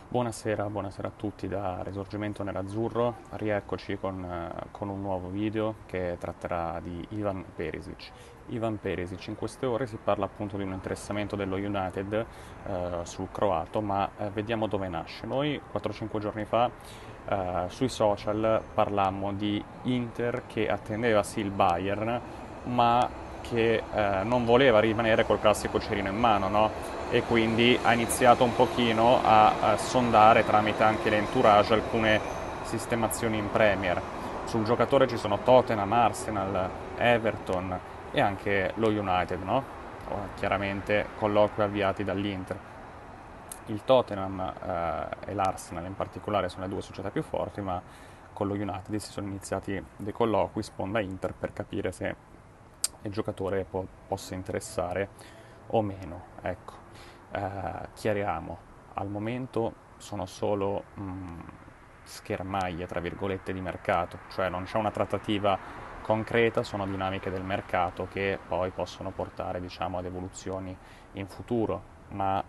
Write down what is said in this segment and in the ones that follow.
Buonasera, buonasera a tutti da Risorgimento Nerazzurro. Rieccoci con un nuovo video che tratterà di Ivan Perisic. Ivan Perisic, in queste ore si parla appunto di un interessamento dello United sul croato, ma vediamo dove nasce. Noi 4-5 giorni fa sui social parlammo di Inter che attendeva sì il Bayern, ma che non voleva rimanere col classico cerino in mano, no? E quindi ha iniziato un pochino a sondare tramite anche l'entourage alcune sistemazioni in Premier. Sul giocatore ci sono Tottenham, Arsenal, Everton e anche lo United, no? Chiaramente colloqui avviati dall'Inter. Il Tottenham e l'Arsenal in particolare sono le due società più forti, ma con lo United si sono iniziati dei colloqui sponda Inter per capire se il giocatore possa interessare o meno. Ecco, chiariamo, al momento sono solo schermaglie, tra virgolette, di mercato, cioè non c'è una trattativa concreta, sono dinamiche del mercato che poi possono portare, diciamo, ad evoluzioni in futuro, ma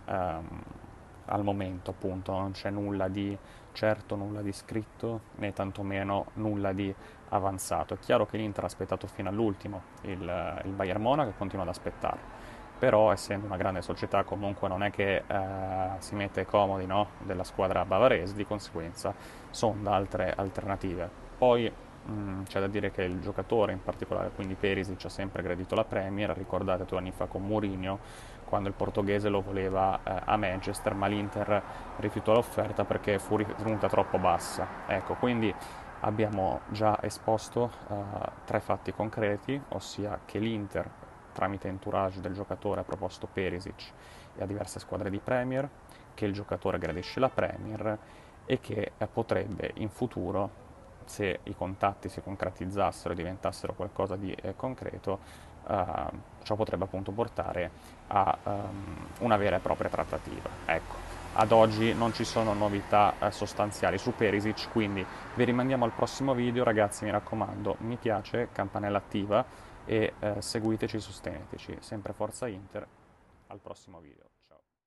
al momento appunto non c'è nulla di certo, nulla di scritto, né tantomeno nulla di avanzato. È chiaro che l'Inter ha aspettato fino all'ultimo il Bayern Monaco e continua ad aspettare, però essendo una grande società comunque non è che si mette comodi, no, della squadra bavarese, di conseguenza sonda altre alternative. Poi c'è da dire che il giocatore, in particolare quindi Perisic, ha sempre gradito la Premier. Ricordate 2 anni fa con Mourinho, quando il portoghese lo voleva a Manchester, ma l'Inter rifiutò l'offerta perché fu ritenuta troppo bassa. Ecco, quindi abbiamo già esposto 3 fatti concreti, ossia che l'Inter, tramite entourage del giocatore, ha proposto Perisic e a diverse squadre di Premier, che il giocatore gradisce la Premier e che potrebbe in futuro, se i contatti si concretizzassero e diventassero qualcosa di concreto, ciò potrebbe appunto portare a una vera e propria trattativa. Ecco, ad oggi non ci sono novità sostanziali su Perisic, quindi vi rimandiamo al prossimo video. Ragazzi, mi raccomando, mi piace, campanella attiva e seguiteci, sosteneteci. Sempre Forza Inter, al prossimo video.